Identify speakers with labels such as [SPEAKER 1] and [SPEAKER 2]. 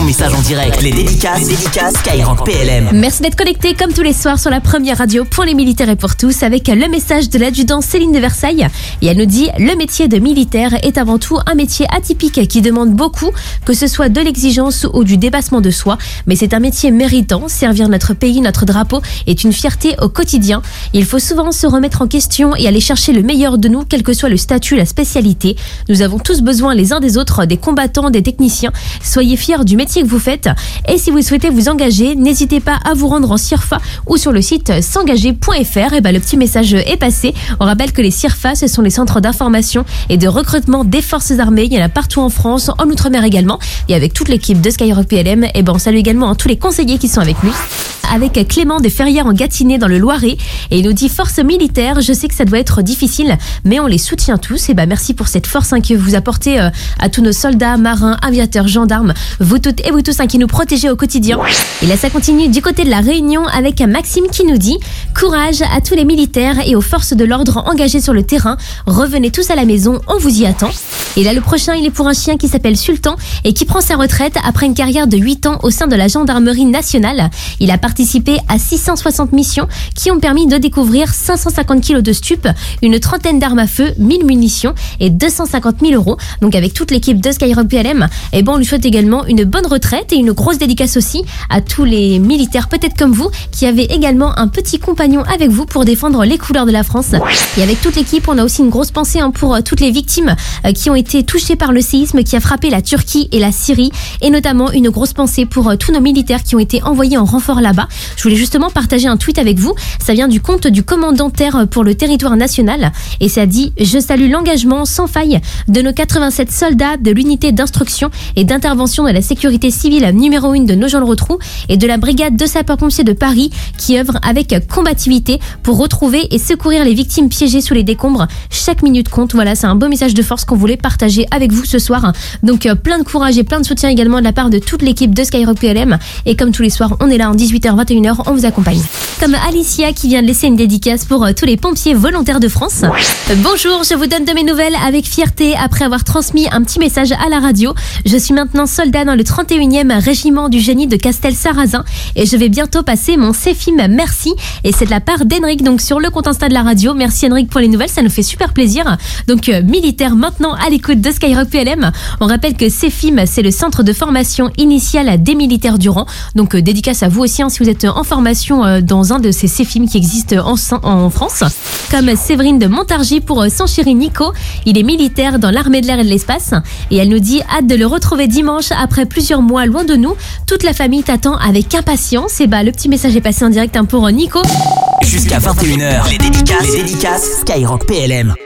[SPEAKER 1] ton message en direct. Les dédicaces Skyrock PLM.
[SPEAKER 2] Merci d'être connecté comme tous les soirs sur la première radio pour les militaires et pour tous avec le message de l'adjudant Céline de Versailles. Et elle nous dit: le métier de militaire est avant tout un métier atypique qui demande beaucoup, que ce soit de l'exigence ou du dépassement de soi. Mais c'est un métier méritant. Servir notre pays, notre drapeau est une fierté au quotidien. Il faut souvent se remettre en question et aller chercher le meilleur de nous, quel que soit le statut, la spécialité. Nous avons tous besoin les uns des autres, des combattants, des techniciens. Soyez fiers du métier que vous faites. Et si vous souhaitez vous engager, n'hésitez pas à vous rendre en CIRFA ou sur le site s'engager.fr. Et le petit message est passé. On rappelle que les CIRFA, ce sont les centres d'information et de recrutement des forces armées. Il y en a partout en France, en Outre-mer également. Et avec toute l'équipe de Skyrock PLM, on salue également tous les conseillers qui sont avec nous. Avec Clément de Ferrières en Gâtinais dans le Loiret. Et il nous dit: force militaire, je sais que ça doit être difficile, mais on les soutient tous. Et merci pour cette force que vous apportez à tous nos soldats, marins, aviateurs, gendarmes, vous toutes et vous tous qui nous protégez au quotidien. Et là ça continue du côté de la Réunion avec Maxime qui nous dit: courage à tous les militaires et aux forces de l'ordre engagées sur le terrain. Revenez tous à la maison, on vous y attend. Et là le prochain, il est pour un chien qui s'appelle Sultan et qui prend sa retraite après une carrière de 8 ans au sein de la gendarmerie nationale. Il a participé à 660 missions qui ont permis de découvrir 550 kilos de stupes, une trentaine d'armes à feu, 1000 munitions et 250 000 €. Donc avec toute l'équipe de Skyrock PLM, on lui souhaite également une bonne retraite et une grosse dédicace aussi à tous les militaires, peut-être comme vous, qui avaient également un petit compagnon avec vous pour défendre les couleurs de la France. Et avec toute l'équipe, on a aussi une grosse pensée pour toutes les victimes qui ont été touchées par le séisme qui a frappé la Turquie et la Syrie, et notamment une grosse pensée pour tous nos militaires qui ont été envoyés en renfort là-bas. Je voulais justement partager un tweet avec vous. Ça vient du compte du commandant terre pour le territoire national et ça dit: je salue l'engagement sans faille de nos 87 soldats de l'unité d'instruction et d'intervention de la sécurité civile numéro 1 de Nogent-le-Rotrou et de la brigade de sapeurs-pompiers de Paris qui œuvrent avec combativité pour retrouver et secourir les victimes piégées sous les décombres. Chaque minute compte. Voilà, c'est un beau message de force qu'on voulait partager avec vous ce soir. Donc plein de courage et plein de soutien également de la part de toute l'équipe de Skyrock PLM. Et comme tous les soirs, on est là en 18h, 21h, on vous accompagne. Comme Alicia qui vient de laisser une dédicace pour tous les pompiers volontaires de France. Bonjour, je vous donne de mes nouvelles avec fierté après avoir transmis un petit message à la radio. Je suis maintenant soldat dans le 31e régiment du génie de Castel-Sarrazin et je vais bientôt passer mon CFIM. Merci. Et c'est de la part d'Henrik, donc sur le compte Insta de la radio. Merci Henrik pour les nouvelles, ça nous fait super plaisir. Donc militaire maintenant à l'écoute de Skyrock PLM. On rappelle que CFIM, c'est le centre de formation initiale des militaires du rang. Donc dédicace à vous aussi si vous êtes en formation dans un de ces CFIM qui existent en France. Comme Séverine de Montargis pour son chéri Nico. Il est militaire dans l'armée de l'air et de l'espace. Et elle nous dit: hâte de le retrouver dimanche après plusieurs mois loin de nous. Toute la famille t'attend avec impatience. Et le petit message est passé en direct pour Nico.
[SPEAKER 1] Jusqu'à 21h, les dédicaces Skyrock PLM.